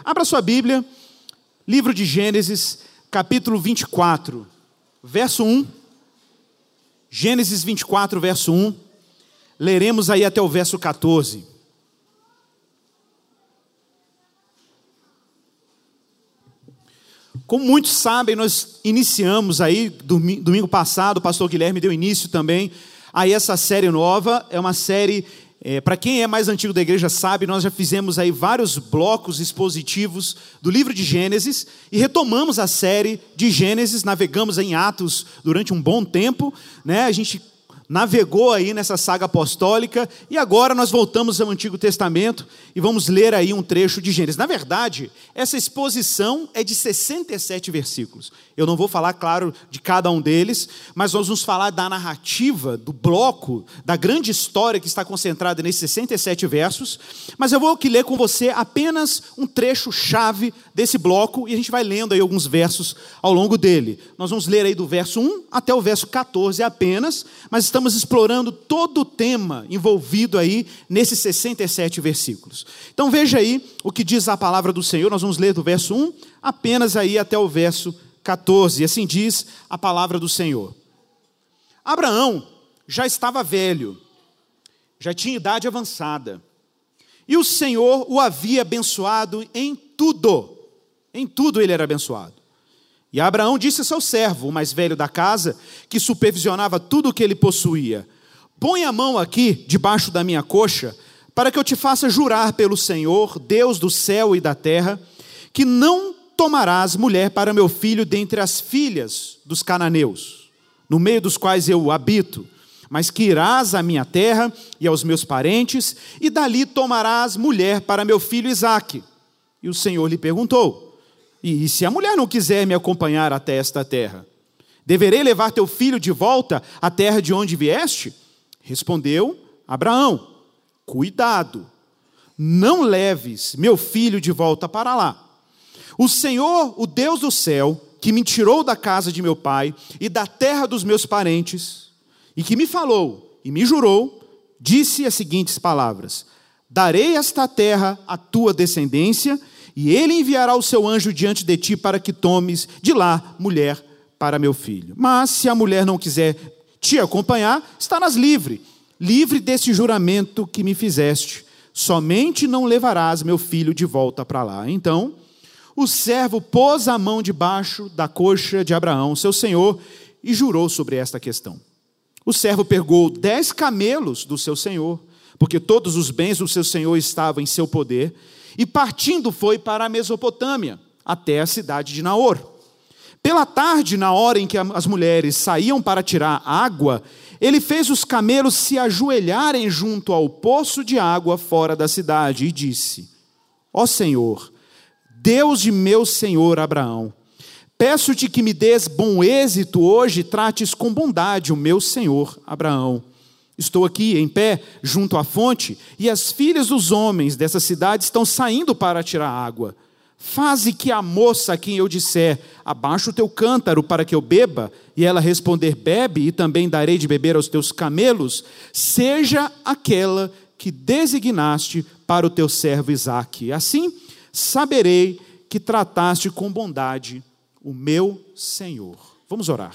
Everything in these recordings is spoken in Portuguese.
Abra sua Bíblia, livro de Gênesis, capítulo 24, verso 1. Gênesis 24, verso 1. Leremos aí até o verso 14. Como muitos sabem, nós iniciamos aí, domingo passado, o pastor Guilherme deu início também a essa série nova. É uma série, para quem é mais antigo da igreja sabe, nós já fizemos aí vários blocos expositivos do livro de Gênesis e retomamos a série de Gênesis, navegamos em Atos durante um bom tempo, né? A gente navegou aí nessa saga apostólica e agora nós voltamos ao Antigo Testamento e vamos ler aí um trecho de Gênesis. Na verdade, essa exposição é de 67 versículos. Eu não vou falar, claro, de cada um deles, mas nós vamos falar da narrativa, do bloco, da grande história que está concentrada nesses 67 versos, mas eu vou aqui ler com você apenas um trecho-chave desse bloco e a gente vai lendo aí alguns versos ao longo dele. Nós vamos ler aí do verso 1 até o verso 14 apenas, mas estamos explorando todo o tema envolvido aí nesses 67 versículos. Então veja aí o que diz a palavra do Senhor. Nós vamos ler do verso 1 apenas aí até o verso 14. E assim diz a palavra do Senhor. Abraão já estava velho, já tinha idade avançada, e o Senhor o havia abençoado em tudo. Em tudo ele era abençoado. E Abraão disse a seu servo, o mais velho da casa, que supervisionava tudo o que ele possuía: põe a mão aqui, debaixo da minha coxa, para que eu te faça jurar pelo Senhor, Deus do céu e da terra, que não tomarás mulher para meu filho dentre as filhas dos cananeus, no meio dos quais eu habito, mas que irás à minha terra e aos meus parentes, e dali tomarás mulher para meu filho Isaque. E o Senhor lhe perguntou: e se a mulher não quiser me acompanhar até esta terra, deverei levar teu filho de volta à terra de onde vieste? Respondeu Abraão: cuidado, não leves meu filho de volta para lá. O Senhor, o Deus do céu, que me tirou da casa de meu pai e da terra dos meus parentes, e que me falou e me jurou, disse as seguintes palavras: darei esta terra à tua descendência, e ele enviará o seu anjo diante de ti para que tomes de lá mulher para meu filho. Mas se a mulher não quiser te acompanhar, estarás livre desse juramento que me fizeste. Somente não levarás meu filho de volta para lá. Então o servo pôs a mão debaixo da coxa de Abraão, seu senhor, e jurou sobre esta questão. O servo pegou 10 camelos do seu senhor, porque todos os bens do seu senhor estavam em seu poder, e partindo foi para a Mesopotâmia, até a cidade de Naor. Pela tarde, na hora em que as mulheres saíam para tirar água, ele fez os camelos se ajoelharem junto ao poço de água fora da cidade e disse: ó Senhor, Deus de meu senhor Abraão, peço-te que me des bom êxito hoje e trates com bondade o meu senhor Abraão. Estou aqui em pé junto à fonte e as filhas dos homens dessa cidade estão saindo para tirar água. Faze que a moça a quem eu disser: abaixa o teu cântaro para que eu beba, e ela responder: bebe, e também darei de beber aos teus camelos, seja aquela que designaste para o teu servo Isaque. Assim saberei que trataste com bondade o meu Senhor. Vamos orar.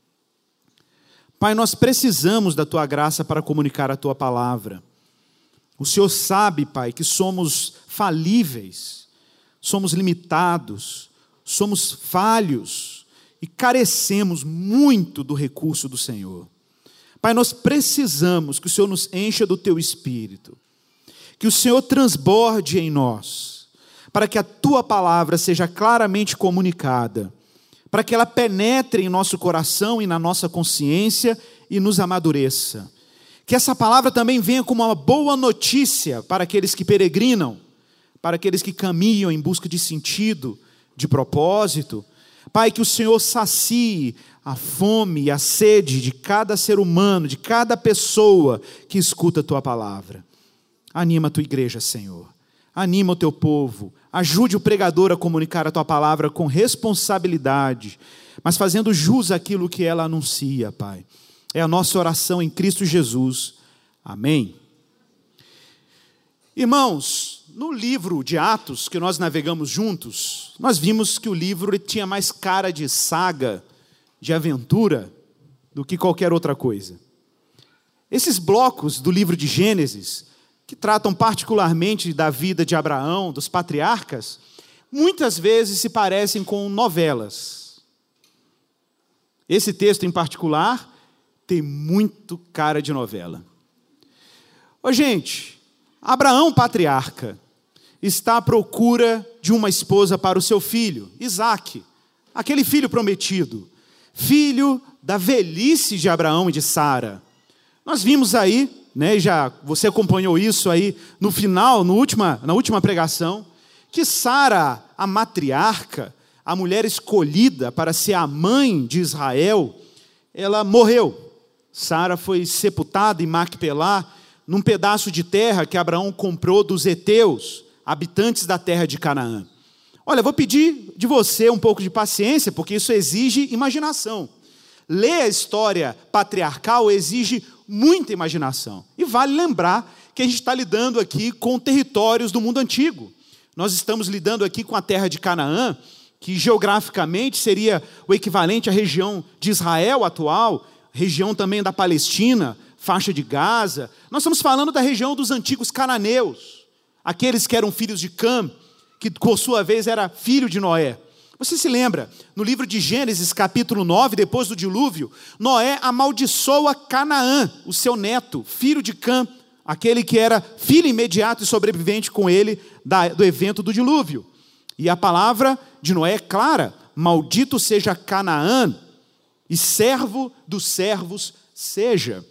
Pai, nós precisamos da Tua graça para comunicar a Tua palavra. O Senhor sabe, Pai, que somos falíveis, somos limitados, somos falhos e carecemos muito do recurso do Senhor. Pai, nós precisamos que o Senhor nos encha do Teu Espírito, que o Senhor transborde em nós, para que a Tua palavra seja claramente comunicada, para que ela penetre em nosso coração e na nossa consciência e nos amadureça. Que essa palavra também venha como uma boa notícia para aqueles que peregrinam, para aqueles que caminham em busca de sentido, de propósito. Pai, que o Senhor sacie a fome e a sede de cada ser humano, de cada pessoa que escuta a Tua palavra. Anima a Tua igreja, Senhor. Anima o Teu povo. Ajude o pregador a comunicar a Tua palavra com responsabilidade, mas fazendo jus àquilo que ela anuncia, Pai. É a nossa oração em Cristo Jesus. Amém. Irmãos, no livro de Atos, que nós navegamos juntos, nós vimos que o livro tinha mais cara de saga, de aventura, do que qualquer outra coisa. Esses blocos do livro de Gênesis, que tratam particularmente da vida de Abraão, dos patriarcas, muitas vezes se parecem com novelas. Esse texto em particular tem muito cara de novela. Ô gente, Abraão, patriarca, está à procura de uma esposa para o seu filho, Isaque, aquele filho prometido, filho da velhice de Abraão e de Sara. Nós vimos aí, você acompanhou isso aí no final, na última pregação, que Sara, a matriarca, a mulher escolhida para ser a mãe de Israel, ela morreu. Sara foi sepultada em Macpelá, num pedaço de terra que Abraão comprou dos heteus, habitantes da terra de Canaã. Olha, vou pedir de você um pouco de paciência, porque isso exige imaginação. Ler a história patriarcal exige muita imaginação. E vale lembrar que a gente está lidando aqui com territórios do mundo antigo. Nós estamos lidando aqui com a terra de Canaã, que geograficamente seria o equivalente à região de Israel atual, região também da Palestina, faixa de Gaza. Nós estamos falando da região dos antigos cananeus, aqueles que eram filhos de Cam, que por sua vez era filho de Noé. Você se lembra, no livro de Gênesis, capítulo 9, depois do dilúvio, Noé amaldiçoa Canaã, o seu neto, filho de Cam, aquele que era filho imediato e sobrevivente com ele do evento do dilúvio. E a palavra de Noé é clara: maldito seja Canaã, e servo dos servos seja.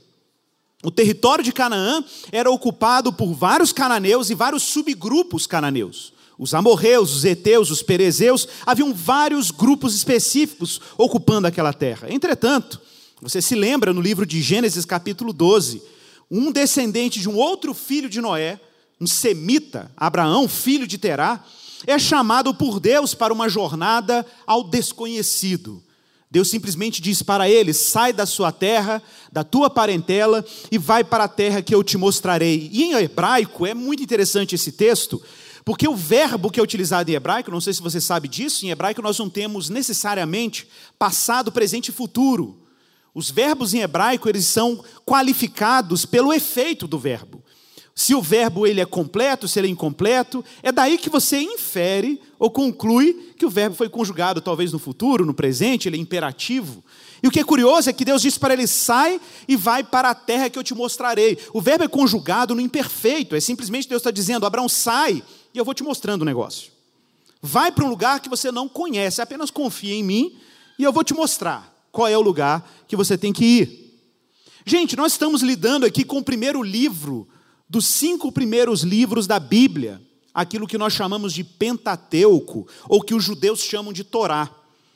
O território de Canaã era ocupado por vários cananeus e vários subgrupos cananeus. Os amorreus, os heteus, os perezeus, haviam vários grupos específicos ocupando aquela terra. Entretanto, você se lembra no livro de Gênesis capítulo 12, um descendente de um outro filho de Noé, um semita, Abraão, filho de Terá, é chamado por Deus para uma jornada ao desconhecido. Deus simplesmente diz para ele: sai da sua terra, da tua parentela e vai para a terra que eu te mostrarei. E em hebraico, é muito interessante esse texto, porque o verbo que é utilizado em hebraico, não sei se você sabe disso, em hebraico nós não temos necessariamente passado, presente e futuro. Os verbos em hebraico, eles são qualificados pelo efeito do verbo. Se o verbo ele é completo, se ele é incompleto, é daí que você infere ou conclui que o verbo foi conjugado talvez no futuro, no presente, ele é imperativo. E o que é curioso é que Deus diz para ele: sai e vai para a terra que eu te mostrarei. O verbo é conjugado no imperfeito, é simplesmente Deus está dizendo: Abraão, sai e eu vou te mostrando o negócio. Vai para um lugar que você não conhece, apenas confia em mim e eu vou te mostrar qual é o lugar que você tem que ir. Gente, nós estamos lidando aqui com o primeiro livro dos 5 primeiros livros da Bíblia, aquilo que nós chamamos de Pentateuco, ou que os judeus chamam de Torá.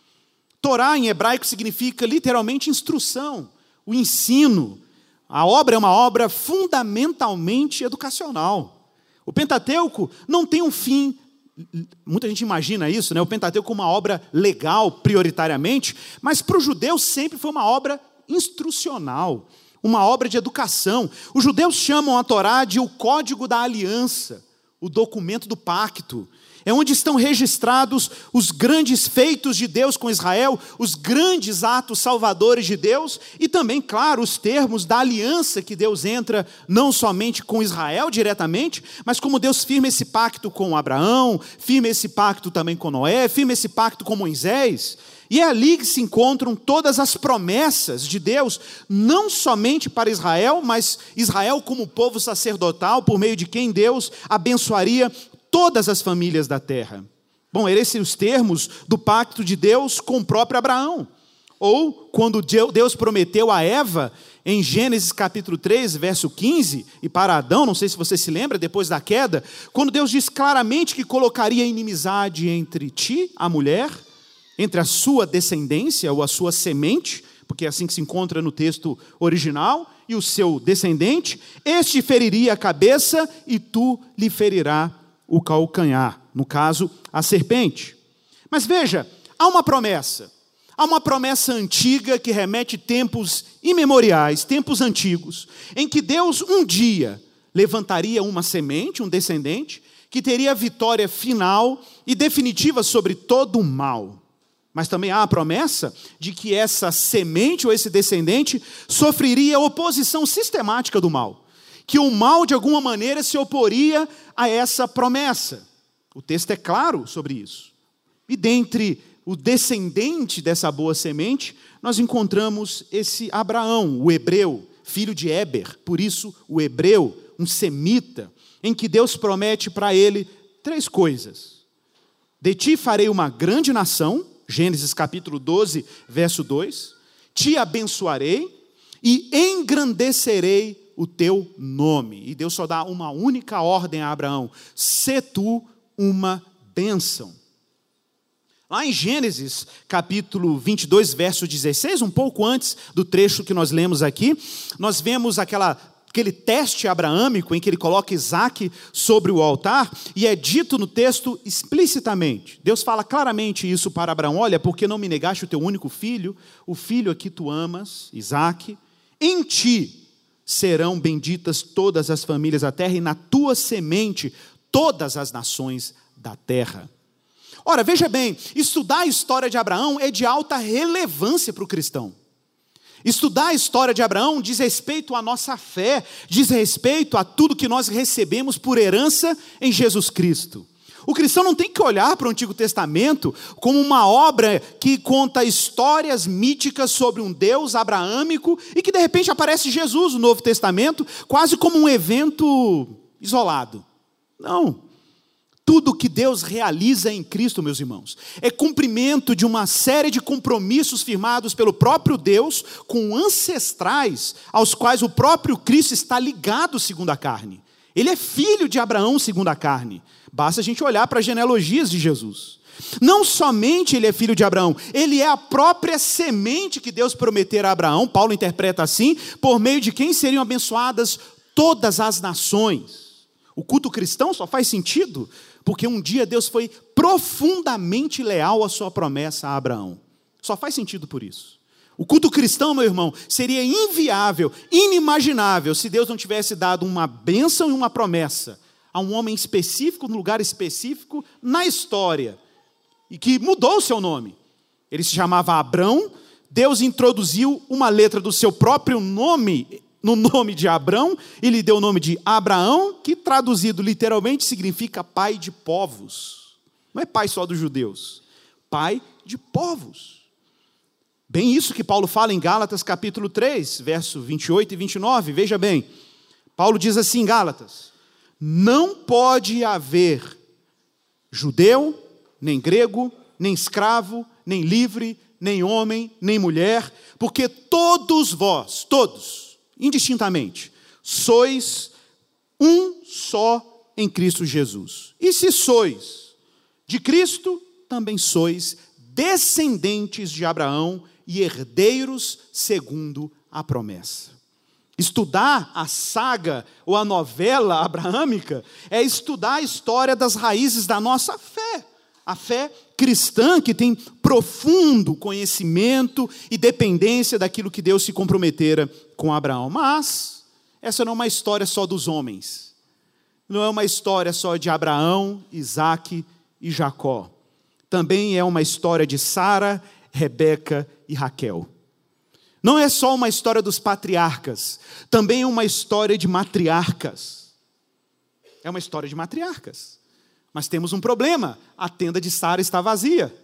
Torá em hebraico significa literalmente instrução, o ensino. A obra é uma obra fundamentalmente educacional. O Pentateuco não tem um fim, muita gente imagina isso, o Pentateuco como uma obra legal prioritariamente, mas para os judeus sempre foi uma obra instrucional, uma obra de educação. Os judeus chamam a Torá de o Código da Aliança, o documento do pacto. É onde estão registrados os grandes feitos de Deus com Israel, os grandes atos salvadores de Deus e também, claro, os termos da aliança que Deus entra não somente com Israel diretamente, mas como Deus firma esse pacto com Abraão, firma esse pacto também com Noé, firma esse pacto com Moisés. E é ali que se encontram todas as promessas de Deus, não somente para Israel, mas Israel como povo sacerdotal, por meio de quem Deus abençoaria todas as famílias da terra. Bom, eram esses os termos do pacto de Deus com o próprio Abraão. Ou quando Deus prometeu a Eva, em Gênesis capítulo 3, verso 15, e para Adão, não sei se você se lembra, depois da queda, quando Deus diz claramente que colocaria inimizade entre ti, a mulher, entre a sua descendência ou a sua semente, porque é assim que se encontra no texto original, e o seu descendente, este feriria a cabeça e tu lhe ferirá o calcanhar, no caso, a serpente. Mas veja, há uma promessa antiga que remete tempos imemoriais, tempos antigos, em que Deus um dia levantaria uma semente, um descendente, que teria a vitória final e definitiva sobre todo o mal. Mas também há a promessa de que essa semente ou esse descendente sofreria oposição sistemática do mal. Que o mal, de alguma maneira, se oporia a essa promessa. O texto é claro sobre isso. E dentre o descendente dessa boa semente, nós encontramos esse Abraão, o hebreu, filho de Éber. Por isso, o hebreu, um semita, em que Deus promete para ele 3 coisas. De ti farei uma grande nação, Gênesis capítulo 12, verso 2. Te abençoarei e engrandecerei o teu nome. E Deus só dá uma única ordem a Abraão: sê tu uma bênção. Lá em Gênesis capítulo 22, verso 16, um pouco antes do trecho que nós lemos aqui, nós vemos aquele teste abraâmico em que ele coloca Isaque sobre o altar, e é dito no texto explicitamente, Deus fala claramente isso para Abraão: olha, porque não me negaste o teu único filho, o filho a que tu amas, Isaque, em ti serão benditas todas as famílias da terra, e na tua semente todas as nações da terra. Ora, veja bem, estudar a história de Abraão é de alta relevância para o cristão. Estudar a história de Abraão diz respeito à nossa fé, diz respeito a tudo que nós recebemos por herança em Jesus Cristo. O cristão não tem que olhar para o Antigo Testamento como uma obra que conta histórias míticas sobre um Deus abraâmico e que de repente aparece Jesus no Novo Testamento quase como um evento isolado. Não. Tudo que Deus realiza em Cristo, meus irmãos, é cumprimento de uma série de compromissos firmados pelo próprio Deus com ancestrais aos quais o próprio Cristo está ligado segundo a carne. Ele é filho de Abraão segundo a carne. Basta a gente olhar para as genealogias de Jesus. Não somente ele é filho de Abraão, ele é a própria semente que Deus prometera a Abraão. Paulo interpreta assim: por meio de quem seriam abençoadas todas as nações. O culto cristão só faz sentido porque um dia Deus foi profundamente leal à sua promessa a Abraão. Só faz sentido por isso. O culto cristão, meu irmão, seria inviável, inimaginável, se Deus não tivesse dado uma bênção e uma promessa a um homem específico, num lugar específico, na história, e que mudou o seu nome. Ele se chamava Abrão. Deus introduziu uma letra do seu próprio nome no nome de Abrão, e lhe deu o nome de Abraão, que traduzido literalmente significa pai de povos. Não é pai só dos judeus, pai de povos. Bem isso que Paulo fala em Gálatas capítulo 3, verso 28 e 29, veja bem. Paulo diz assim em Gálatas: não pode haver judeu, nem grego, nem escravo, nem livre, nem homem, nem mulher, porque todos vós, todos, indistintamente, sois um só em Cristo Jesus. E se sois de Cristo, também sois descendentes de Abraão e herdeiros segundo a promessa. Estudar a saga ou a novela abraâmica é estudar a história das raízes da nossa fé. A fé cristã que tem profundo conhecimento e dependência daquilo que Deus se comprometera com Abraão. Mas essa não é uma história só dos homens. Não é uma história só de Abraão, Isaque e Jacó. Também é uma história de Sara, Rebeca e Raquel. Não é só uma história dos patriarcas. Também é uma história de matriarcas. É uma história de matriarcas. Mas temos um problema: a tenda de Sara está vazia.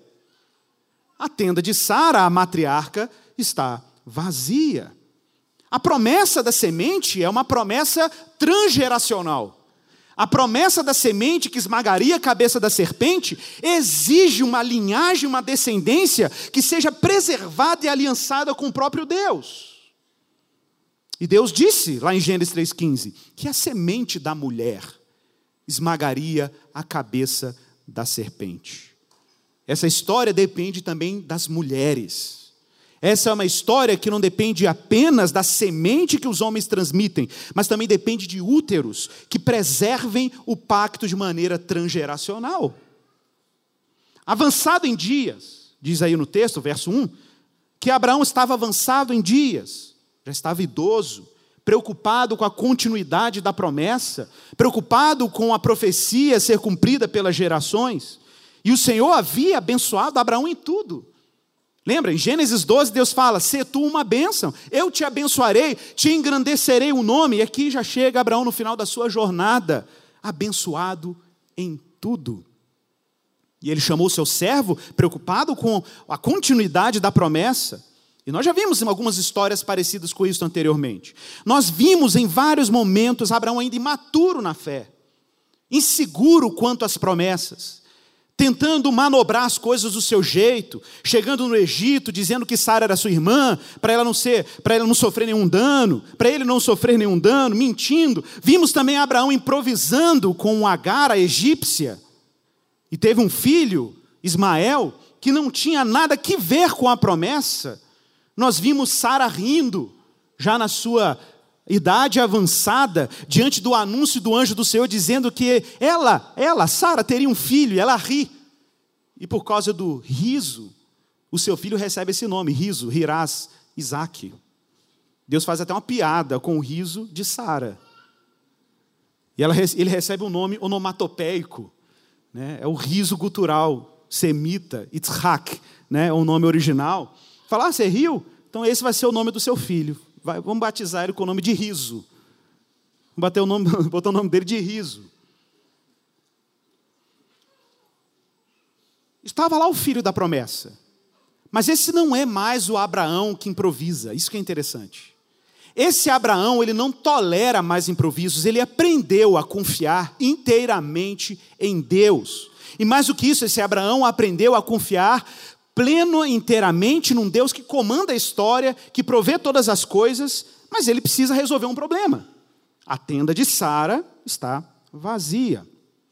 A tenda de Sara, a matriarca, está vazia. A promessa da semente é uma promessa transgeracional. A promessa da semente que esmagaria a cabeça da serpente exige uma linhagem, uma descendência que seja preservada e aliançada com o próprio Deus. E Deus disse, lá em Gênesis 3,15, que a semente da mulher esmagaria a cabeça da serpente. Essa história depende também das mulheres. Essa é uma história que não depende apenas da semente que os homens transmitem, mas também depende de úteros que preservem o pacto de maneira transgeracional. Avançado em dias, diz aí no texto, verso 1, que Abraão estava avançado em dias, já estava idoso, preocupado com a continuidade da promessa, preocupado com a profecia ser cumprida pelas gerações. E o Senhor havia abençoado Abraão em tudo. Lembra, em Gênesis 12, Deus fala: "Se tu uma bênção, eu te abençoarei, te engrandecerei o nome." E aqui já chega Abraão no final da sua jornada, abençoado em tudo. E ele chamou o seu servo, preocupado com a continuidade da promessa. E nós já vimos algumas histórias parecidas com isso anteriormente. Nós vimos em vários momentos Abraão ainda imaturo na fé, inseguro quanto às promessas, tentando manobrar as coisas do seu jeito, chegando no Egito, dizendo que Sara era sua irmã, para ela não sofrer nenhum dano, para ele não sofrer nenhum dano, mentindo. Vimos também Abraão improvisando com Agar, a egípcia, e teve um filho, Ismael, que não tinha nada que ver com a promessa. Nós vimos Sara rindo, já na sua idade avançada, diante do anúncio do anjo do Senhor, dizendo que Sara, teria um filho, e ela ri. E por causa do riso, o seu filho recebe esse nome, riso, Hirás, Isaque. Deus faz até uma piada com o riso de Sara. E ele recebe um nome onomatopeico, né? É o riso gutural, semita, Yitzhak, né? É o nome original. Fala: "Você riu? Então esse vai ser o nome do seu filho. Vamos batizar ele com o nome de Riso. Vamos botar o nome dele de Riso." Estava lá o filho da promessa. Mas esse não é mais o Abraão que improvisa. Isso que é interessante. Esse Abraão, ele não tolera mais improvisos. Ele aprendeu a confiar inteiramente em Deus. E mais do que isso, esse Abraão aprendeu a confiar pleno e inteiramente num Deus que comanda a história, que provê todas as coisas, mas ele precisa resolver um problema. A tenda de Sara está vazia.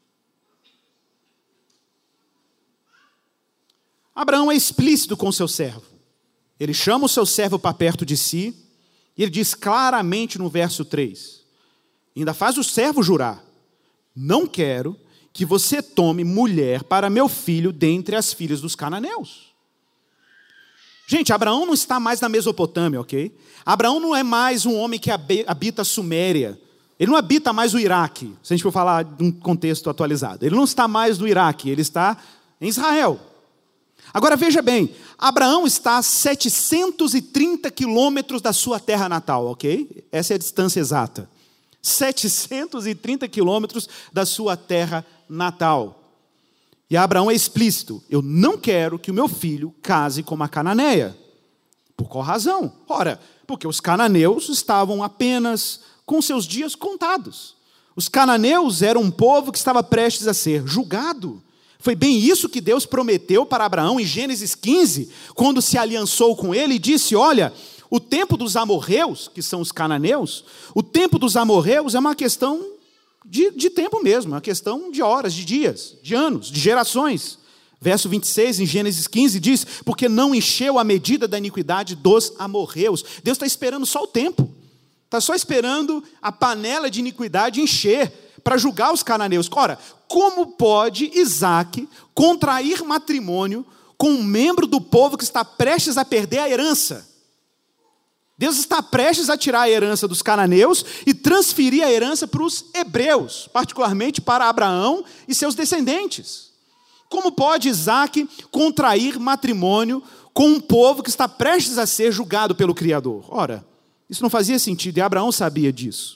Abraão é explícito com o seu servo. Ele chama o seu servo para perto de si, e ele diz claramente no verso 3, ainda faz o servo jurar: "Não quero que você tome mulher para meu filho dentre as filhas dos cananeus." Gente, Abraão não está mais na Mesopotâmia, ok? Abraão não é mais um homem que habita a Suméria. Ele não habita mais o Iraque, se a gente for falar de um contexto atualizado. Ele não está mais no Iraque, ele está em Israel. Agora veja bem, Abraão está a 730 quilômetros da sua terra natal, ok? Essa é a distância exata. 730 quilômetros da sua terra natal. E Abraão é explícito: "Eu não quero que o meu filho case com uma cananeia." Por qual razão? Ora, porque os cananeus estavam apenas com seus dias contados. Os cananeus eram um povo que estava prestes a ser julgado. Foi bem isso que Deus prometeu para Abraão em Gênesis 15, quando se aliançou com ele e disse: "Olha, o tempo dos amorreus, que são os cananeus, o tempo dos amorreus é uma questão de tempo mesmo, é uma questão de horas, de dias, de anos, de gerações." Verso 26, em Gênesis 15, diz: "Porque não encheu a medida da iniquidade dos amorreus." Deus está esperando só o tempo. Está só esperando a panela de iniquidade encher para julgar os cananeus. Ora, como pode Isaque contrair matrimônio com um membro do povo que está prestes a perder a herança? Deus está prestes a tirar a herança dos cananeus e transferir a herança para os hebreus, particularmente para Abraão e seus descendentes. Como pode Isaque contrair matrimônio com um povo que está prestes a ser julgado pelo Criador? Ora, isso não fazia sentido e Abraão sabia disso.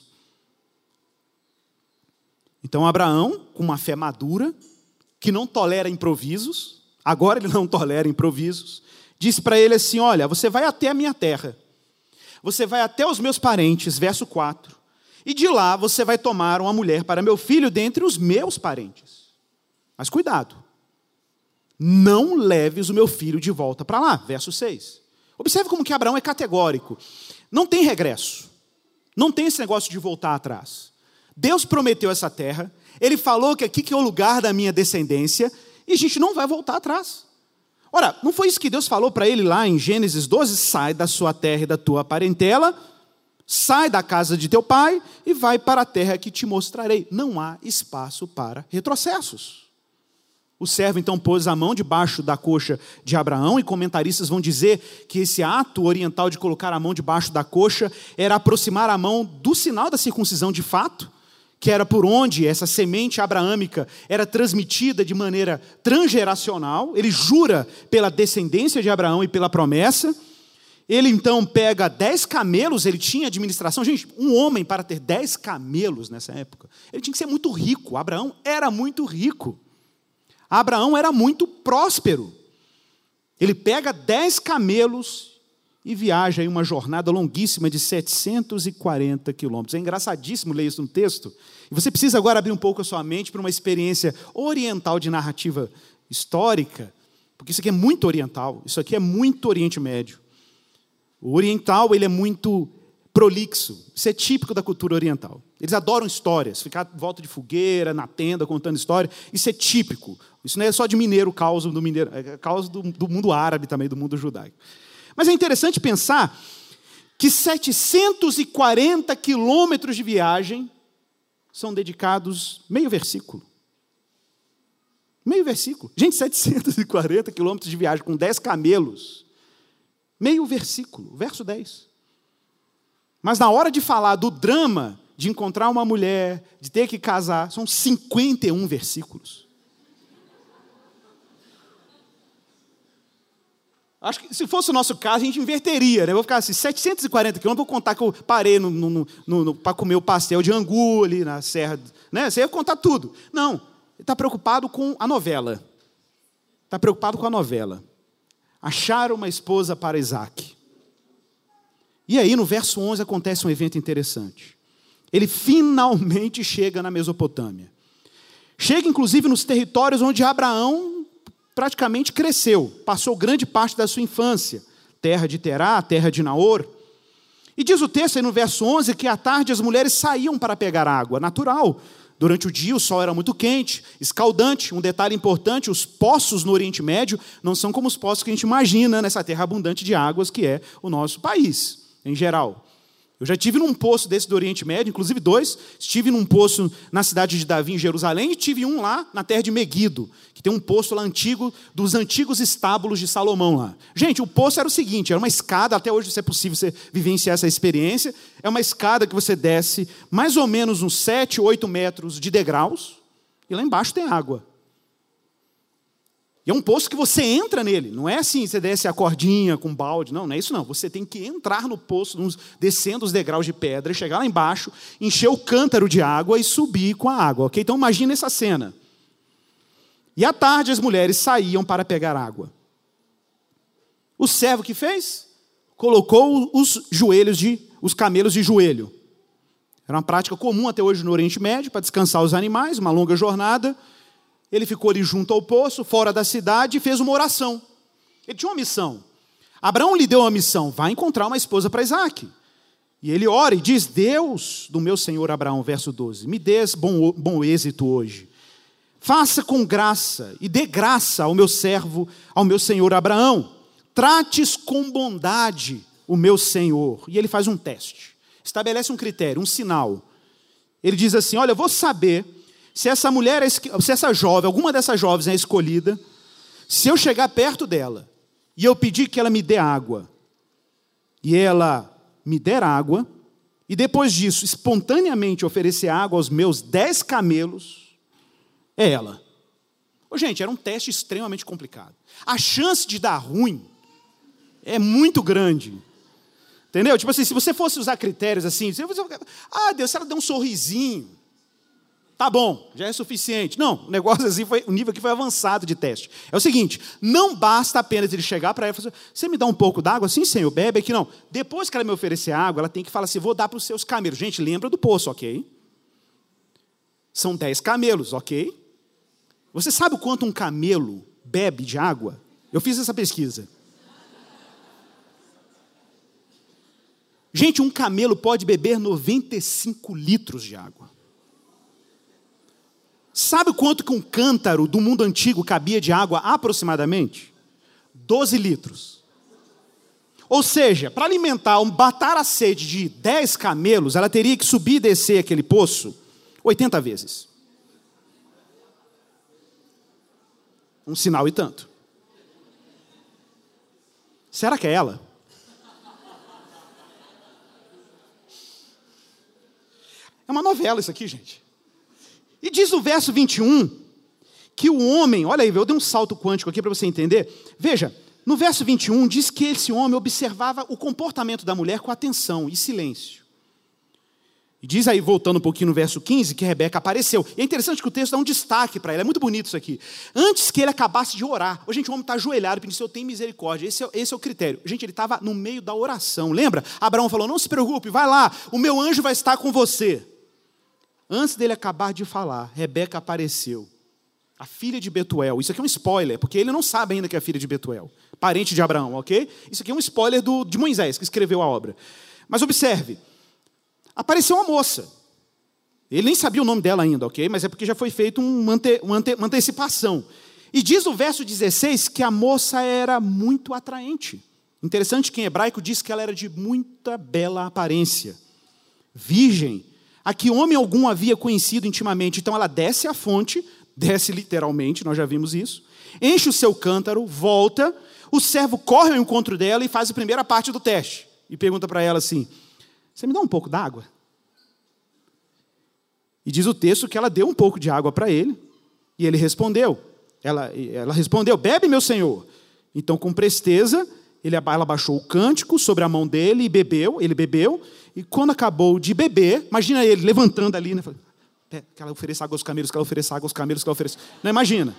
Então Abraão, com uma fé madura, que não tolera improvisos, agora ele não tolera improvisos, disse para ele assim: "Olha, você vai até a minha terra, você vai até os meus parentes," verso 4, "e de lá você vai tomar uma mulher para meu filho dentre os meus parentes. Mas cuidado, não leves o meu filho de volta para lá," verso 6. Observe como que Abraão é categórico. Não tem regresso, não tem esse negócio de voltar atrás. Deus prometeu essa terra, Ele falou que aqui que é o lugar da minha descendência, e a gente não vai voltar atrás. Ora, não foi isso que Deus falou para ele lá em Gênesis 12? "Sai da sua terra e da tua parentela, sai da casa de teu pai e vai para a terra que te mostrarei." Não há espaço para retrocessos. O servo então pôs a mão debaixo da coxa de Abraão, e comentaristas vão dizer que esse ato oriental de colocar a mão debaixo da coxa era aproximar a mão do sinal da circuncisão de fato, que era por onde essa semente abraâmica era transmitida de maneira transgeracional. Ele jura pela descendência de Abraão e pela promessa. Ele então pega 10 camelos, ele tinha administração. Gente, um homem para ter 10 camelos nessa época, ele tinha que ser muito rico. Abraão era muito rico. Abraão era muito próspero. Ele pega 10 camelos e viaja em uma jornada longuíssima de 740 quilômetros. É engraçadíssimo ler isso no texto. E você precisa agora abrir um pouco a sua mente para uma experiência oriental de narrativa histórica, porque isso aqui é muito oriental, isso aqui é muito Oriente Médio. O oriental, ele é muito prolixo. Isso é típico da cultura oriental. Eles adoram histórias, ficar em volta de fogueira, na tenda, contando história. Isso é típico. Isso não é só de mineiro, causa do mineiro, é causa do mundo árabe também, do mundo judaico. Mas é interessante pensar que 740 quilômetros de viagem são dedicados meio versículo. Meio versículo. Gente, 740 quilômetros de viagem com 10 camelos. Meio versículo, verso 10. Mas na hora de falar do drama de encontrar uma mulher, de ter que casar, são 51 versículos. Acho que se fosse o nosso caso, a gente inverteria, né? Eu vou ficar assim, 740 quilômetros, vou contar que eu parei para comer o pastel de angu ali na serra, né? Você ia contar tudo. Não, ele está preocupado com a novela. Está preocupado com a novela. Acharam uma esposa para Isaac. E aí, no verso 11, acontece um evento interessante. Ele finalmente chega na Mesopotâmia. Chega, inclusive, nos territórios onde Abraão praticamente cresceu. Passou grande parte da sua infância. Terra de Terá, terra de Naor. E diz o texto aí no verso 11 que à tarde as mulheres saíam para pegar água. Natural. Durante o dia o sol era muito quente, escaldante. Um detalhe importante, os poços no Oriente Médio não são como os poços que a gente imagina nessa terra abundante de águas que é o nosso país. Em geral. Eu já estive num poço desse do Oriente Médio, inclusive 2. Estive num poço na cidade de Davi, em Jerusalém, e tive um lá na terra de Meguido, que tem um poço lá antigo, dos antigos estábulos de Salomão lá. Gente, o poço era o seguinte, era uma escada, até hoje é possível você vivenciar essa experiência, é uma escada que você desce mais ou menos uns 7, 8 metros de degraus, e lá embaixo tem água. E é um poço que você entra nele, não é assim, você desce a cordinha com balde, não é isso não. Você tem que entrar no poço, descendo os degraus de pedra, chegar lá embaixo, encher o cântaro de água e subir com a água, ok? Então imagina essa cena. E à tarde as mulheres saíam para pegar água. O servo que fez? Colocou os camelos de joelho. Era uma prática comum até hoje no Oriente Médio, para descansar os animais, uma longa jornada. Ele ficou ali junto ao poço, fora da cidade, e fez uma oração. Ele tinha uma missão. Abraão lhe deu uma missão, vai encontrar uma esposa para Isaac. E ele ora e diz, Deus do meu senhor Abraão, verso 12, me dês bom êxito hoje. Faça com graça e dê graça ao meu servo, ao meu senhor Abraão. Trates com bondade o meu senhor. E ele faz um teste. Estabelece um critério, um sinal. Ele diz assim, olha, eu vou saber se essa mulher, se essa jovem, alguma dessas jovens é escolhida, se eu chegar perto dela e eu pedir que ela me dê água, e ela me der água, e depois disso, espontaneamente oferecer água aos meus 10 camelos, é ela. Gente, era um teste extremamente complicado. A chance de dar ruim é muito grande. Entendeu? Tipo assim, se você fosse usar critérios assim, Deus, se ela der um sorrisinho, tá bom, já é suficiente. Não, o negócio assim o nível aqui foi avançado de teste. É o seguinte, não basta apenas ele chegar para ela e falar, você me dá um pouco d'água? Sim, senhor, bebe aqui. Não. Depois que ela me oferecer água, ela tem que falar assim, vou dar para os seus camelos. Gente, lembra do poço, ok? São 10 camelos, ok? Você sabe o quanto um camelo bebe de água? Eu fiz essa pesquisa. Gente, um camelo pode beber 95 litros de água. Sabe quanto que um cântaro do mundo antigo cabia de água aproximadamente? 12 litros. Ou seja, para alimentar, matar a sede de 10 camelos, ela teria que subir e descer aquele poço 80 vezes. Um sinal e tanto. Será que é ela? É uma novela isso aqui, gente. E diz o verso 21 que o homem, olha aí, eu dei um salto quântico aqui para você entender. Veja, no verso 21 diz que esse homem observava o comportamento da mulher com atenção e silêncio. E diz aí, voltando um pouquinho no verso 15, que Rebeca apareceu. E é interessante que o texto dá um destaque para ela, é muito bonito isso aqui. Antes que ele acabasse de orar, gente, o homem está ajoelhado, pedindo, Senhor, tem misericórdia. Esse é o critério. Gente, ele estava no meio da oração, lembra? Abraão falou, não se preocupe, vai lá, o meu anjo vai estar com você. Antes dele acabar de falar, Rebeca apareceu. A filha de Betuel. Isso aqui é um spoiler, porque ele não sabe ainda que é a filha de Betuel. Parente de Abraão, ok? Isso aqui é um spoiler de Moisés, que escreveu a obra. Mas observe. Apareceu uma moça. Ele nem sabia o nome dela ainda, ok? Mas é porque já foi feita uma antecipação. E diz o verso 16 que a moça era muito atraente. Interessante que em hebraico diz que ela era de muita bela aparência. Virgem, a que homem algum havia conhecido intimamente. Então ela desce à fonte, desce literalmente, nós já vimos isso, enche o seu cântaro, volta, o servo corre ao encontro dela e faz a primeira parte do teste. E pergunta para ela assim, você me dá um pouco d'água? E diz o texto que ela deu um pouco de água para ele, e ele respondeu. Ela respondeu, bebe, meu senhor. Então, com presteza, ela baixou o cântico sobre a mão dele e bebeu, ele bebeu, e quando acabou de beber, imagina ele levantando ali, né? Que ela ofereça água aos camelos, que ela ofereça água aos camelos, que ela ofereça... Não imagina.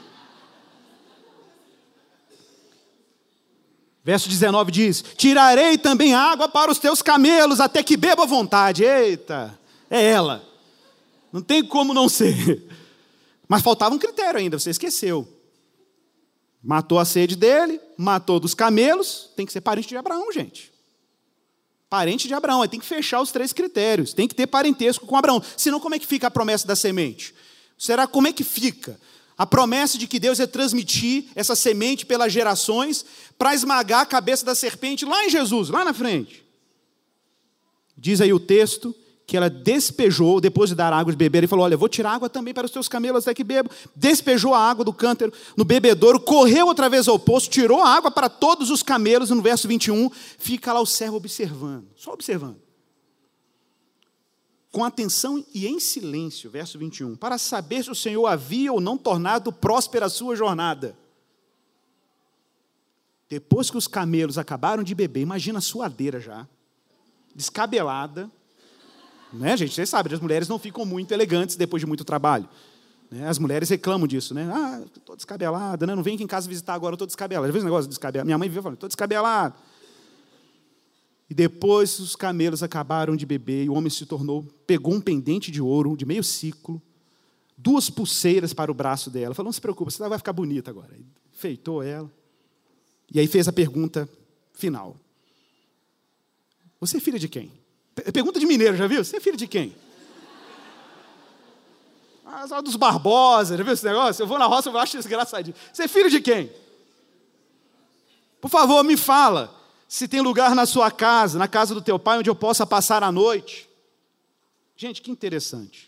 Verso 19 diz, tirarei também água para os teus camelos, até que beba à vontade. Eita, é ela. Não tem como não ser. Mas faltava um critério ainda, você esqueceu. Matou a sede dele, matou dos camelos, tem que ser parente de Abraão, gente. Parente de Abraão, aí tem que fechar os 3 critérios, tem que ter parentesco com Abraão. Senão, como é que fica a promessa da semente? Como é que fica? A promessa de que Deus ia transmitir essa semente pelas gerações para esmagar a cabeça da serpente lá em Jesus, lá na frente. Diz aí o texto que ela despejou, depois de dar água de beber, e falou, olha, eu vou tirar água também para os teus camelos até que bebo. Despejou a água do cântaro no bebedouro, correu outra vez ao poço, tirou a água para todos os camelos, e no verso 21, fica lá o servo observando, só observando. Com atenção e em silêncio, verso 21, para saber se o Senhor havia ou não tornado próspera a sua jornada. Depois que os camelos acabaram de beber, imagina a suadeira já, descabelada, né, gente? Vocês sabem, as mulheres não ficam muito elegantes depois de muito trabalho. Né? As mulheres reclamam disso, né? Ah, estou descabelada, né? Não vem aqui em casa visitar agora, eu estou descabelada. Já viu esse negócio de descabelada? Minha mãe vivia falando, estou descabelada. E depois os camelos acabaram de beber e o homem pegou um pendente de ouro de meio ciclo, 2 pulseiras para o braço dela. Falou, não se preocupe, você vai ficar bonita agora. Enfeitou ela. E aí fez a pergunta final. Você é filha de quem? Pergunta de mineiro, já viu? Você é filho de quem? Ah, dos Barbosa, já viu esse negócio? Eu vou na roça, eu acho isso engraçadinho. Você é filho de quem? Por favor, me fala se tem lugar na sua casa, na casa do teu pai, onde eu possa passar a noite. Gente, que interessante.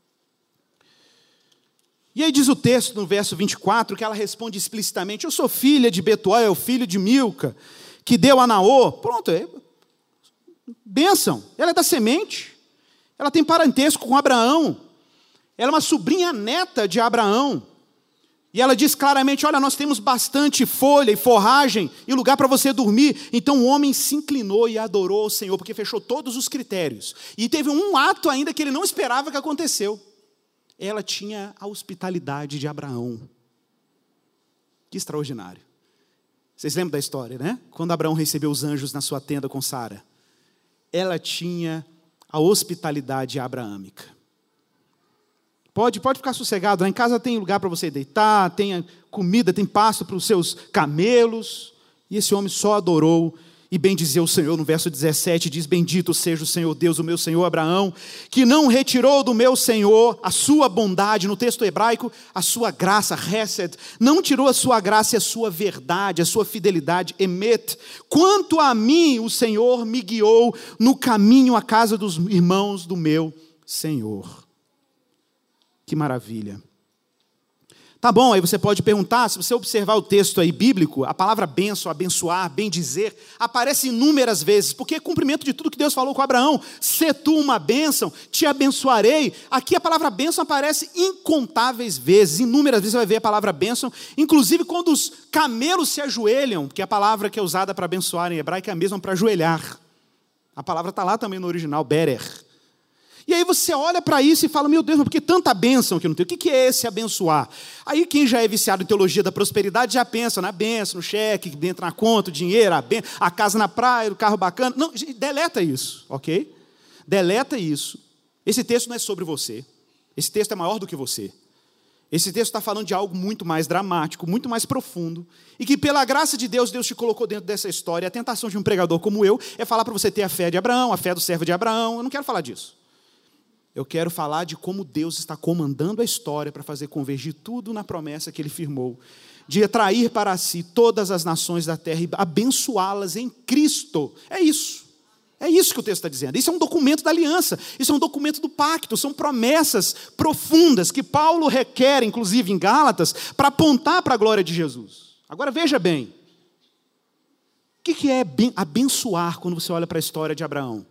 E aí diz o texto, no verso 24, que ela responde explicitamente, eu sou filha de Betuel, filho de Milca, que deu a Naor. Pronto, bênção, ela é da semente, ela tem parentesco com Abraão, ela é uma sobrinha neta de Abraão, e ela diz claramente, olha, nós temos bastante folha e forragem, e lugar para você dormir. Então o homem se inclinou e adorou ao Senhor, porque fechou todos os critérios, e teve um ato ainda que ele não esperava que aconteceu, ela tinha a hospitalidade de Abraão, que extraordinário. Vocês lembram da história, né? Quando Abraão recebeu os anjos na sua tenda com Sara, ela tinha a hospitalidade abraâmica. Pode ficar sossegado, lá em casa tem lugar para você deitar, tem comida, tem pasto para os seus camelos. E esse homem só adorou e bendizeu o Senhor. No verso 17 diz, bendito seja o Senhor Deus, o meu Senhor Abraão, que não retirou do meu Senhor a sua bondade, no texto hebraico, a sua graça, hesed, não tirou a sua graça e a sua verdade, a sua fidelidade, emet. Quanto a mim, o Senhor me guiou no caminho à casa dos irmãos do meu Senhor. Que maravilha. Tá bom, aí você pode perguntar, se você observar o texto aí bíblico, a palavra bênção, abençoar, bendizer, aparece inúmeras vezes, porque é cumprimento de tudo que Deus falou com Abraão. Se tu uma bênção, te abençoarei. Aqui a palavra bênção aparece incontáveis vezes, inúmeras vezes você vai ver a palavra bênção, inclusive quando os camelos se ajoelham, que é a palavra que é usada para abençoar em hebraico é a mesma para ajoelhar. A palavra está lá também no original, berer. E aí você olha para isso e fala, meu Deus, mas por que tanta bênção que eu não tenho? O que é esse abençoar? Aí quem já é viciado em teologia da prosperidade já pensa na bênção, no cheque, que entra na conta, o dinheiro, a casa na praia, o carro bacana. Não, deleta isso, ok? Deleta isso. Esse texto não é sobre você. Esse texto é maior do que você. Esse texto está falando de algo muito mais dramático, muito mais profundo, e que pela graça de Deus, Deus te colocou dentro dessa história. A tentação de um pregador como eu é falar para você ter a fé de Abraão, a fé do servo de Abraão. Eu não quero falar disso. Eu quero falar de como Deus está comandando a história para fazer convergir tudo na promessa que Ele firmou, de atrair para si todas as nações da terra e abençoá-las em Cristo. É isso. É isso que o texto está dizendo. Isso é um documento da aliança, isso é um documento do pacto, são promessas profundas que Paulo requer, inclusive em Gálatas, para apontar para a glória de Jesus. Agora veja bem, o que é abençoar quando você olha para a história de Abraão?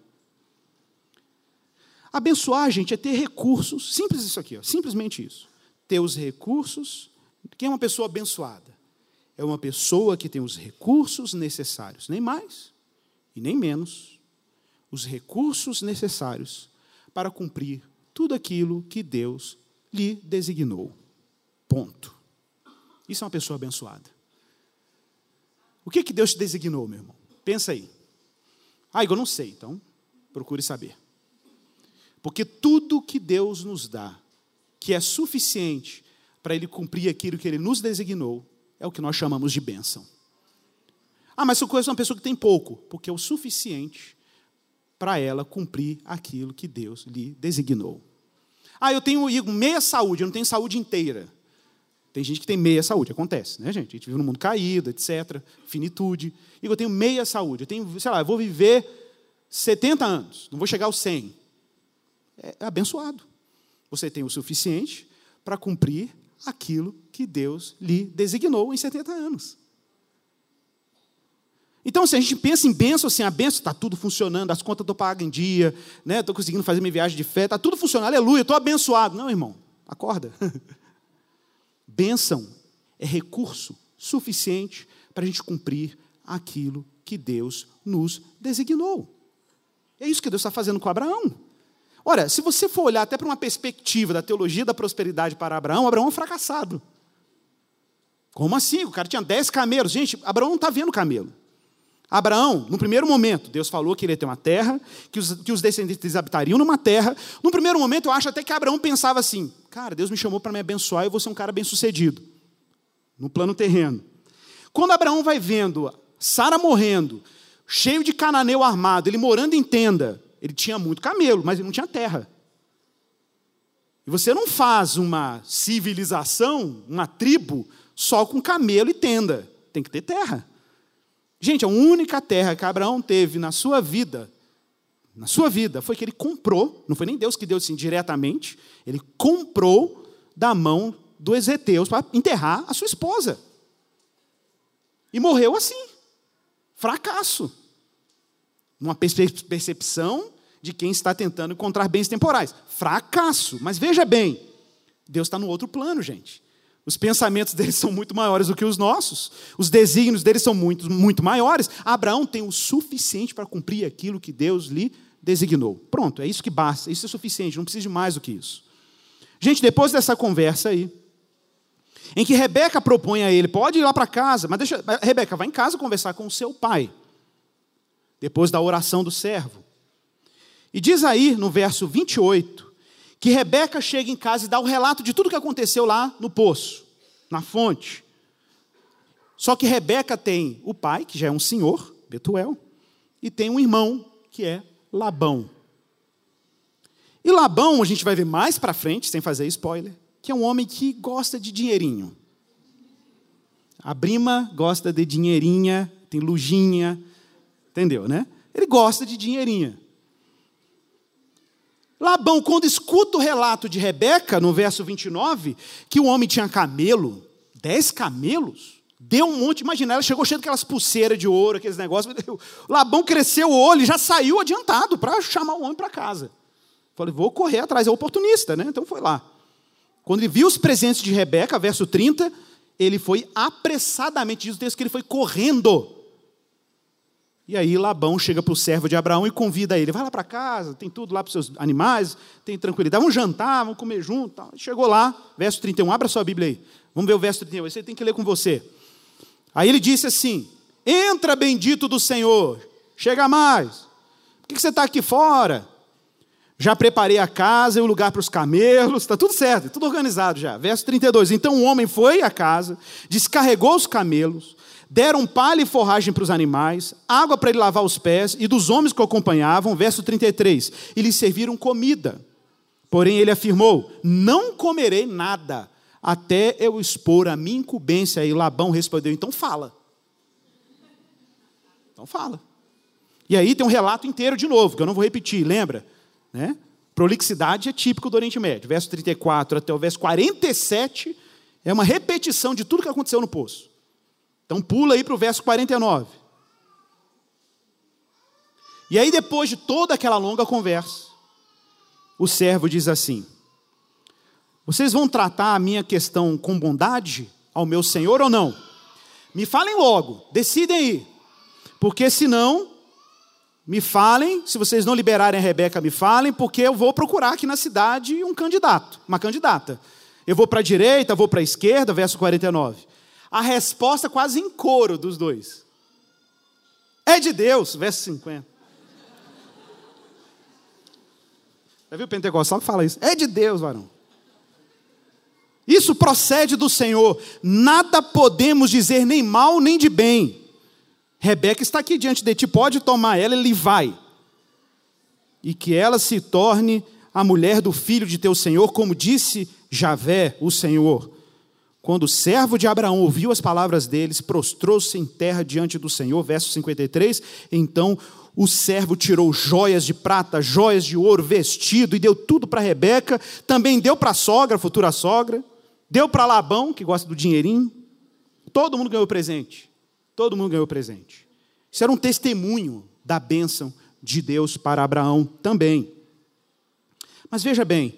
Abençoar, gente, é ter recursos, simples isso aqui, ó, simplesmente isso. Ter os recursos. Quem é uma pessoa abençoada? É uma pessoa que tem os recursos necessários, nem mais e nem menos, os recursos necessários para cumprir tudo aquilo que Deus lhe designou. Ponto. Isso é uma pessoa abençoada. O que Deus te designou, meu irmão? Pensa aí. Eu não sei, então procure saber. Porque tudo que Deus nos dá, que é suficiente para Ele cumprir aquilo que Ele nos designou, é o que nós chamamos de bênção. Mas eu conheço uma pessoa que tem pouco, porque é o suficiente para ela cumprir aquilo que Deus lhe designou. Eu tenho meia saúde, eu não tenho saúde inteira. Tem gente que tem meia saúde, acontece, né, gente? A gente vive num mundo caído, etc., finitude. Eu tenho meia saúde, eu vou viver 70 anos, não vou chegar aos 100. É abençoado. Você tem o suficiente para cumprir aquilo que Deus lhe designou em 70 anos. Então, se a gente pensa em bênção, assim, a bênção está tudo funcionando, as contas estou pagando em dia, né? Estou conseguindo fazer minha viagem de fé, está tudo funcionando, aleluia, estou abençoado. Não, irmão, acorda. Bênção é recurso suficiente para a gente cumprir aquilo que Deus nos designou. É isso que Deus está fazendo com Abraão. Ora, se você for olhar até para uma perspectiva da teologia da prosperidade para Abraão, Abraão é um fracassado. Como assim? O cara tinha 10 camelos. Gente, Abraão não está vendo camelo. Abraão, no primeiro momento, Deus falou que ele ia ter uma terra, que os descendentes habitariam numa terra. No primeiro momento, eu acho até que Abraão pensava assim, cara, Deus me chamou para me abençoar e eu vou ser um cara bem-sucedido, no plano terreno. Quando Abraão vai vendo Sara morrendo, cheio de cananeu armado, ele morando em tenda, ele tinha muito camelo, mas ele não tinha terra. E você não faz uma civilização, uma tribo, só com camelo e tenda. Tem que ter terra. Gente, a única terra que Abraão teve na sua vida, foi que ele comprou, não foi nem Deus que deu assim diretamente, ele comprou da mão dos heteus para enterrar a sua esposa. E morreu assim. Fracasso. Uma percepção de quem está tentando encontrar bens temporais. Fracasso. Mas veja bem, Deus está no outro plano, gente. Os pensamentos deles são muito maiores do que os nossos. Os desígnios deles são muito, muito maiores. Abraão tem o suficiente para cumprir aquilo que Deus lhe designou. Pronto, é isso que basta. Isso é suficiente, não precisa de mais do que isso. Gente, depois dessa conversa aí, em que Rebeca propõe a ele, pode ir lá para casa, mas Rebeca, vai em casa conversar com o seu pai. Depois da oração do servo. E diz aí, no verso 28, que Rebeca chega em casa e dá o relato de tudo que aconteceu lá no poço, na fonte. Só que Rebeca tem o pai, que já é um senhor, Betuel, e tem um irmão, que é Labão. E Labão, a gente vai ver mais para frente, sem fazer spoiler, que é um homem que gosta de dinheirinho. A Brima gosta de dinheirinha, tem lujinha, entendeu, né? Ele gosta de dinheirinha. Labão, quando escuta o relato de Rebeca, no verso 29, que o homem tinha camelo, 10 camelos, deu um monte, imagina, ela chegou cheia daquelas pulseiras de ouro, aqueles negócios, Labão cresceu o olho e já saiu adiantado para chamar o homem para casa. Falei, vou correr atrás, é oportunista, né? Então foi lá. Quando ele viu os presentes de Rebeca, verso 30, ele foi apressadamente, diz o texto que ele foi correndo. E aí Labão chega para o servo de Abraão e convida ele, vai lá para casa, tem tudo lá para os seus animais, tem tranquilidade, vamos jantar, vamos comer junto. Tal. Chegou lá, verso 31, abra sua Bíblia aí, vamos ver o verso 31, você tem que ler com você. Aí ele disse assim, entra bendito do Senhor, chega mais, por que você está aqui fora? Já preparei a casa e o lugar para os camelos, está tudo certo, tudo organizado já. Verso 32, então o homem foi à casa, descarregou os camelos, deram palha e forragem para os animais, água para ele lavar os pés, e dos homens que o acompanhavam, verso 33, e lhe serviram comida. Porém ele afirmou, não comerei nada, até eu expor a minha incumbência. E Labão respondeu, então fala. Então fala. E aí tem um relato inteiro de novo, que eu não vou repetir, lembra? Né? Prolixidade é típico do Oriente Médio. Verso 34 até o verso 47 é uma repetição de tudo que aconteceu no poço. Então pula aí para o verso 49. E aí depois de toda aquela longa conversa, o servo diz assim, vocês vão tratar a minha questão com bondade ao meu senhor ou não? Me falem logo, decidem aí, porque senão, me falem, se vocês não liberarem a Rebeca, me falem, porque eu vou procurar aqui na cidade um candidato, uma candidata. Eu vou para a direita, vou para a esquerda, verso 49. A resposta quase em coro dos dois. É de Deus, verso 50. Já viu o pentecostal que fala isso? É de Deus, varão. Isso procede do Senhor. Nada podemos dizer nem mal nem de bem. Rebeca está aqui diante de ti, pode tomar ela, ele vai. E que ela se torne a mulher do filho de teu Senhor, como disse Javé, o Senhor. Quando o servo de Abraão ouviu as palavras deles, prostrou-se em terra diante do Senhor, verso 53, então o servo tirou joias de prata, joias de ouro, vestido, e deu tudo para Rebeca, também deu para a sogra, a futura sogra, deu para Labão, que gosta do dinheirinho, todo mundo ganhou presente. Todo mundo ganhou presente. Isso era um testemunho da bênção de Deus para Abraão também. Mas veja bem,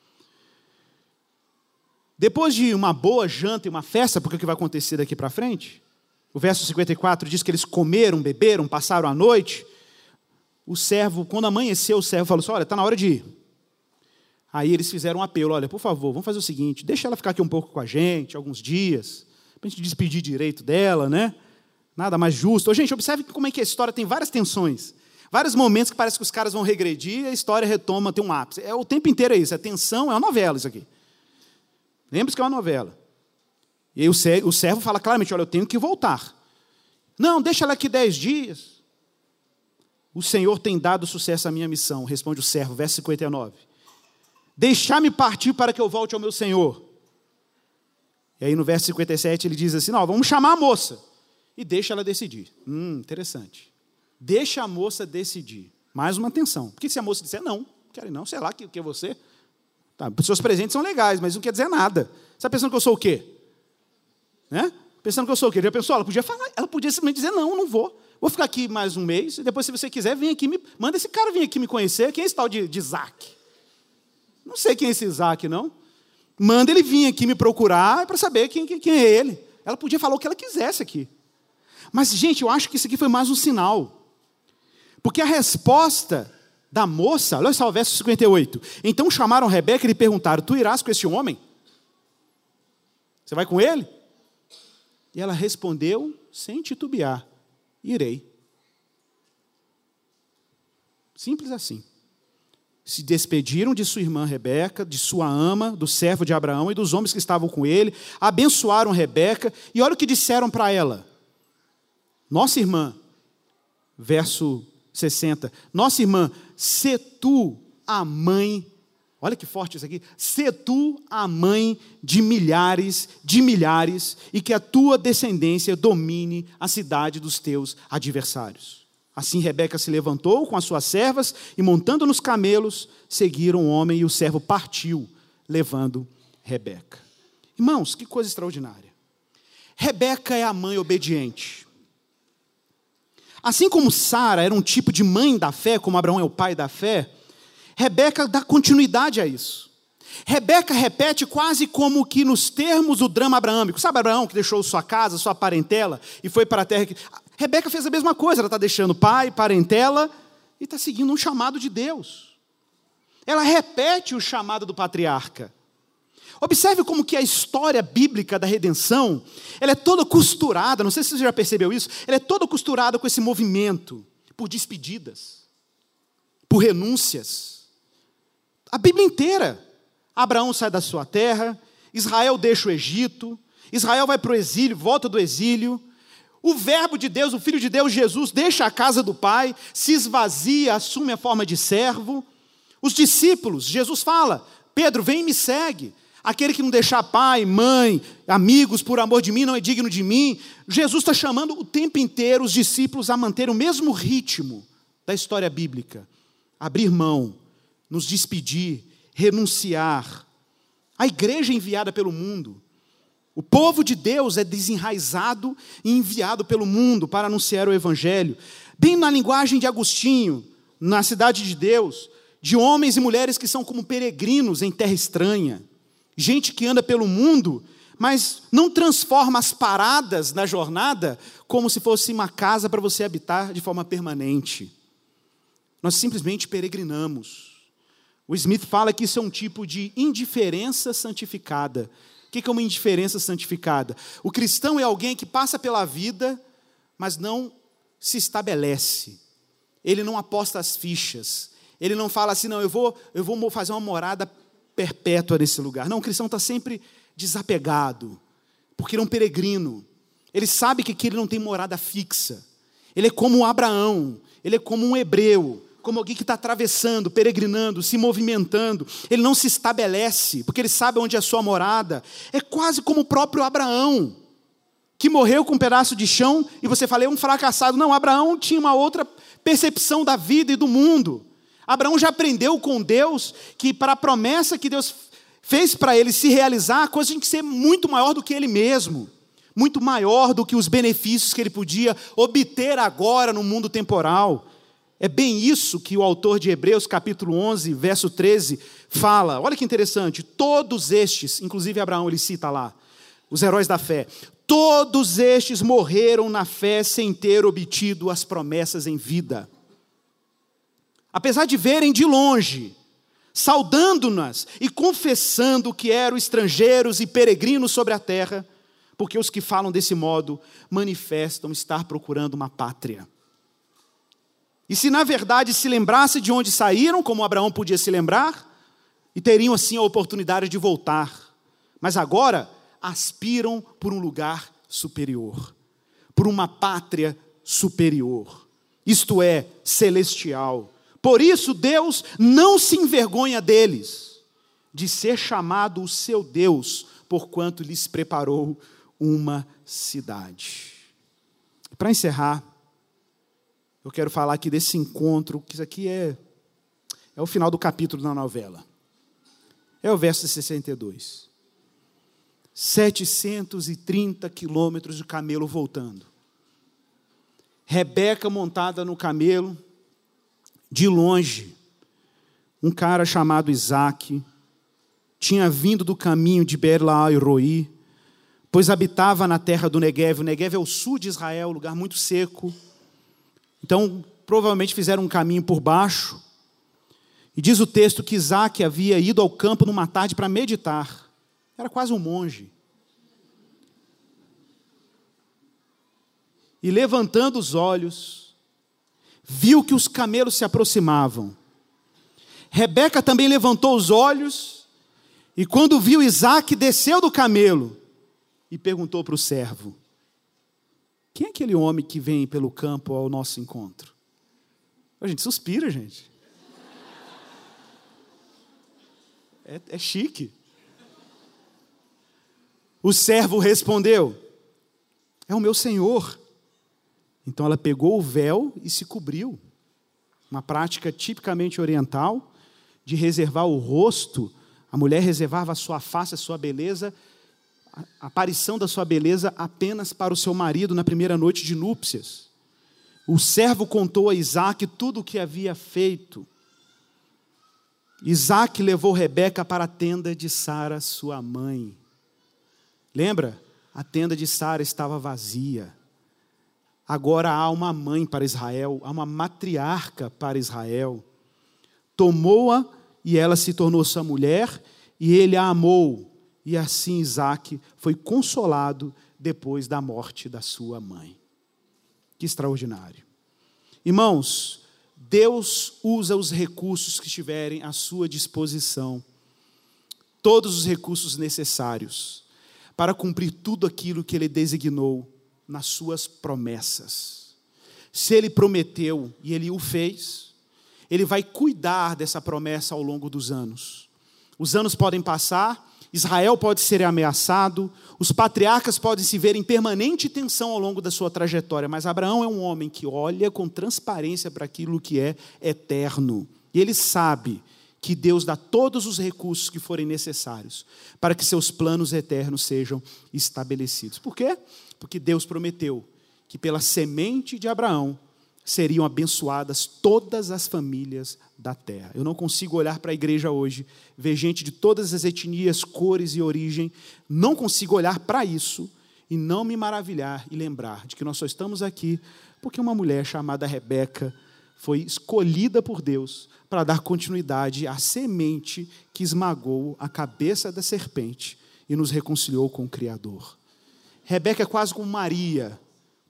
depois de uma boa janta e uma festa, porque é o que vai acontecer daqui para frente, o verso 54 diz que eles comeram, beberam, passaram a noite. O servo, quando amanheceu, o servo falou assim, olha, está na hora de ir. Aí eles fizeram um apelo, olha, por favor, vamos fazer o seguinte, deixa ela ficar aqui um pouco com a gente, alguns dias, para a gente despedir direito dela, né? Nada mais justo. Gente, observe como é que a história tem várias tensões. Vários momentos que parece que os caras vão regredir e a história retoma, tem um ápice. O tempo inteiro é isso. É tensão, é uma novela isso aqui. Lembre-se que é uma novela. E aí o servo fala claramente, olha, eu tenho que voltar. Não, deixa ela aqui 10 dias. O Senhor tem dado sucesso à minha missão, responde o servo, verso 59. Deixar-me partir para que eu volte ao meu Senhor. E aí no verso 57 ele diz assim, não, vamos chamar a moça. E deixa ela decidir. Interessante. Deixa a moça decidir. Mais uma atenção. Porque se a moça disser, não quero ir não, sei lá, que é você. Tá, os seus presentes são legais, mas não quer dizer nada. Você está pensando que eu sou o quê? Né? Pensando que eu sou o quê? Já pensou? Ela podia falar, ela podia simplesmente dizer, não vou. Vou ficar aqui mais um mês, e depois, se você quiser, vem aqui, manda esse cara vir aqui me conhecer. Quem é esse tal de Isaac? Não sei quem é esse Isaac, não. Manda ele vir aqui me procurar para saber quem é ele. Ela podia falar o que ela quisesse aqui. Mas, gente, eu acho que isso aqui foi mais um sinal. Porque a resposta da moça, olha só o verso 58. Então chamaram Rebeca e lhe perguntaram, tu irás com esse homem? Você vai com ele? E ela respondeu, sem titubear, irei. Simples assim. Se despediram de sua irmã Rebeca, de sua ama, do servo de Abraão e dos homens que estavam com ele, abençoaram Rebeca, e olha o que disseram para ela. Nossa irmã, verso 60, nossa irmã, se tu a mãe, olha que forte isso aqui, se tu a mãe de milhares, e que a tua descendência domine a cidade dos teus adversários. Assim Rebeca se levantou com as suas servas e, montando nos camelos, seguiram o homem, e o servo partiu, levando Rebeca. Irmãos, que coisa extraordinária. Rebeca é a mãe obediente. Assim como Sara era um tipo de mãe da fé, como Abraão é o pai da fé, Rebeca dá continuidade a isso. Rebeca repete quase como que nos termos do drama abraâmico. Sabe Abraão que deixou sua casa, sua parentela e foi para a terra? Rebeca fez a mesma coisa, ela está deixando pai, parentela e está seguindo um chamado de Deus. Ela repete o chamado do patriarca. Observe como que a história bíblica da redenção, ela é toda costurada, não sei se você já percebeu isso, ela é toda costurada com esse movimento, por despedidas, por renúncias. A Bíblia inteira. Abraão sai da sua terra, Israel deixa o Egito, Israel vai para o exílio, volta do exílio. O verbo de Deus, o Filho de Deus, Jesus, deixa a casa do Pai, se esvazia, assume a forma de servo. Os discípulos, Jesus fala, Pedro, vem e me segue. Aquele que não deixar pai, mãe, amigos, por amor de mim, não é digno de mim. Jesus está chamando o tempo inteiro os discípulos a manter o mesmo ritmo da história bíblica. Abrir mão, nos despedir, renunciar. A igreja enviada pelo mundo. O povo de Deus é desenraizado e enviado pelo mundo para anunciar o evangelho. Bem na linguagem de Agostinho, na cidade de Deus, de homens e mulheres que são como peregrinos em terra estranha. Gente que anda pelo mundo, mas não transforma as paradas na jornada como se fosse uma casa para você habitar de forma permanente. Nós simplesmente peregrinamos. O Smith fala que isso é um tipo de indiferença santificada. O que é uma indiferença santificada? O cristão é alguém que passa pela vida, mas não se estabelece. Ele não aposta as fichas. Ele não fala assim, não, eu vou fazer uma morada perpétua nesse lugar. Não, o cristão está sempre desapegado, porque ele é um peregrino. Ele sabe que aqui ele não tem morada fixa. Ele é como um Abraão, ele é como um hebreu, como alguém que está atravessando, peregrinando, se movimentando. Ele não se estabelece, porque ele sabe onde é a sua morada. É quase como o próprio Abraão, que morreu com um pedaço de chão, e você fala, é um fracassado. Não, Abraão tinha uma outra percepção da vida e do mundo. Abraão já aprendeu com Deus que para a promessa que Deus fez para ele se realizar, a coisa tinha que ser muito maior do que ele mesmo, muito maior do que os benefícios que ele podia obter agora no mundo temporal. É bem isso que o autor de Hebreus, capítulo 11, verso 13, fala. Olha que interessante, todos estes, inclusive Abraão, ele cita lá, os heróis da fé, todos estes morreram na fé sem ter obtido as promessas em vida. Apesar de verem de longe, saudando-nas e confessando que eram estrangeiros e peregrinos sobre a terra, porque os que falam desse modo manifestam estar procurando uma pátria. E se na verdade se lembrasse de onde saíram, como Abraão podia se lembrar, e teriam assim a oportunidade de voltar, mas agora aspiram por um lugar superior, por uma pátria superior, isto é, celestial. Por isso Deus não se envergonha deles, de ser chamado o seu Deus, porquanto lhes preparou uma cidade. Para encerrar, eu quero falar aqui desse encontro, que isso aqui é o final do capítulo da novela. É o verso 62. 730 quilômetros de camelo voltando. Rebeca montada no camelo, de longe, um cara chamado Isaac, tinha vindo do caminho de Beer-lahai-roi, pois habitava na terra do Neguev. O Neguev é o sul de Israel, um lugar muito seco. Então, provavelmente fizeram um caminho por baixo. E diz o texto que Isaac havia ido ao campo numa tarde para meditar. Era quase um monge. E levantando os olhos, viu que os camelos se aproximavam. Rebeca também levantou os olhos, e quando viu Isaac, desceu do camelo e perguntou para o servo: quem é aquele homem que vem pelo campo ao nosso encontro? A gente suspira, gente. É chique. O servo respondeu: é o meu senhor. Então ela pegou o véu e se cobriu. Uma prática tipicamente oriental, de reservar o rosto. A mulher reservava a sua face, a sua beleza, a aparição da sua beleza apenas para o seu marido na primeira noite de núpcias. O servo contou a Isaque tudo o que havia feito. Isaque levou Rebeca para a tenda de Sara, sua mãe. Lembra? A tenda de Sara estava vazia. Agora há uma mãe para Israel, há uma matriarca para Israel. Tomou-a e ela se tornou sua mulher, e ele a amou. E assim Isaque foi consolado depois da morte da sua mãe. Que extraordinário. Irmãos, Deus usa os recursos que estiverem à sua disposição, todos os recursos necessários, para cumprir tudo aquilo que Ele designou nas suas promessas. Se Ele prometeu e Ele o fez, Ele vai cuidar dessa promessa ao longo dos anos. Os anos podem passar, Israel pode ser ameaçado, os patriarcas podem se ver em permanente tensão ao longo da sua trajetória, mas Abraão é um homem que olha com transparência para aquilo que é eterno. E ele sabe que Deus dá todos os recursos que forem necessários para que seus planos eternos sejam estabelecidos. Por quê? Porque Deus prometeu que pela semente de Abraão seriam abençoadas todas as famílias da terra. Eu não consigo olhar para a igreja hoje, ver gente de todas as etnias, cores e origem, não consigo olhar para isso e não me maravilhar e lembrar de que nós só estamos aqui porque uma mulher chamada Rebeca foi escolhida por Deus para dar continuidade à semente que esmagou a cabeça da serpente e nos reconciliou com o Criador. Rebeca é quase como Maria,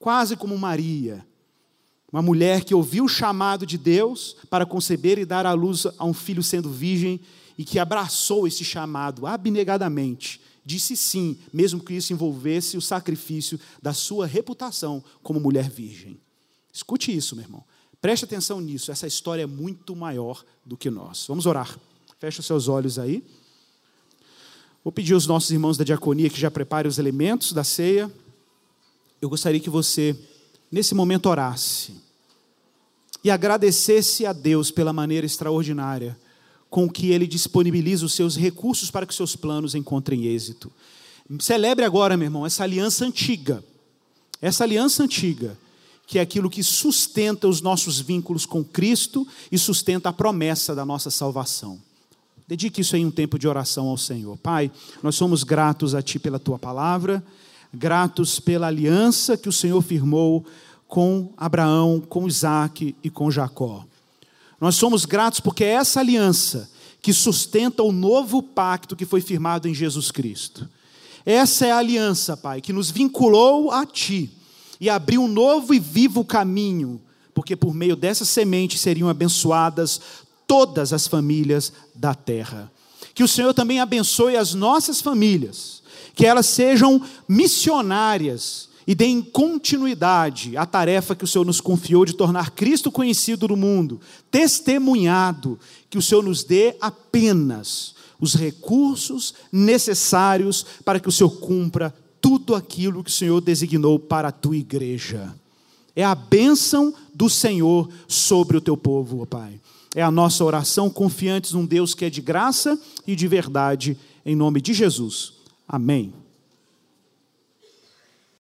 uma mulher que ouviu o chamado de Deus para conceber e dar à luz a um filho sendo virgem e que abraçou esse chamado abnegadamente, disse sim, mesmo que isso envolvesse o sacrifício da sua reputação como mulher virgem. Escute isso, meu irmão. Preste atenção nisso, essa história é muito maior do que nós. Vamos orar. Feche os seus olhos aí. Vou pedir aos nossos irmãos da diaconia que já preparem os elementos da ceia. Eu gostaria que você, nesse momento, orasse e agradecesse a Deus pela maneira extraordinária com que Ele disponibiliza os seus recursos para que os seus planos encontrem êxito. Celebre agora, meu irmão, essa aliança antiga, que é aquilo que sustenta os nossos vínculos com Cristo e sustenta a promessa da nossa salvação. Dedique isso em um tempo de oração ao Senhor. Pai, nós somos gratos a Ti pela Tua palavra, gratos pela aliança que o Senhor firmou com Abraão, com Isaque e com Jacó. Nós somos gratos porque é essa aliança que sustenta o novo pacto que foi firmado em Jesus Cristo. Essa é a aliança, Pai, que nos vinculou a Ti e abriu um novo e vivo caminho, porque por meio dessa semente seriam abençoadas todas as famílias da terra. Que o Senhor também abençoe as nossas famílias, que elas sejam missionárias e deem continuidade à tarefa que o Senhor nos confiou de tornar Cristo conhecido no mundo, testemunhado, que o Senhor nos dê apenas os recursos necessários para que o Senhor cumpra tudo aquilo que o Senhor designou para a Tua igreja. É a bênção do Senhor sobre o Teu povo, ó Pai. É a nossa oração confiantes num Deus que é de graça e de verdade, em nome de Jesus. Amém.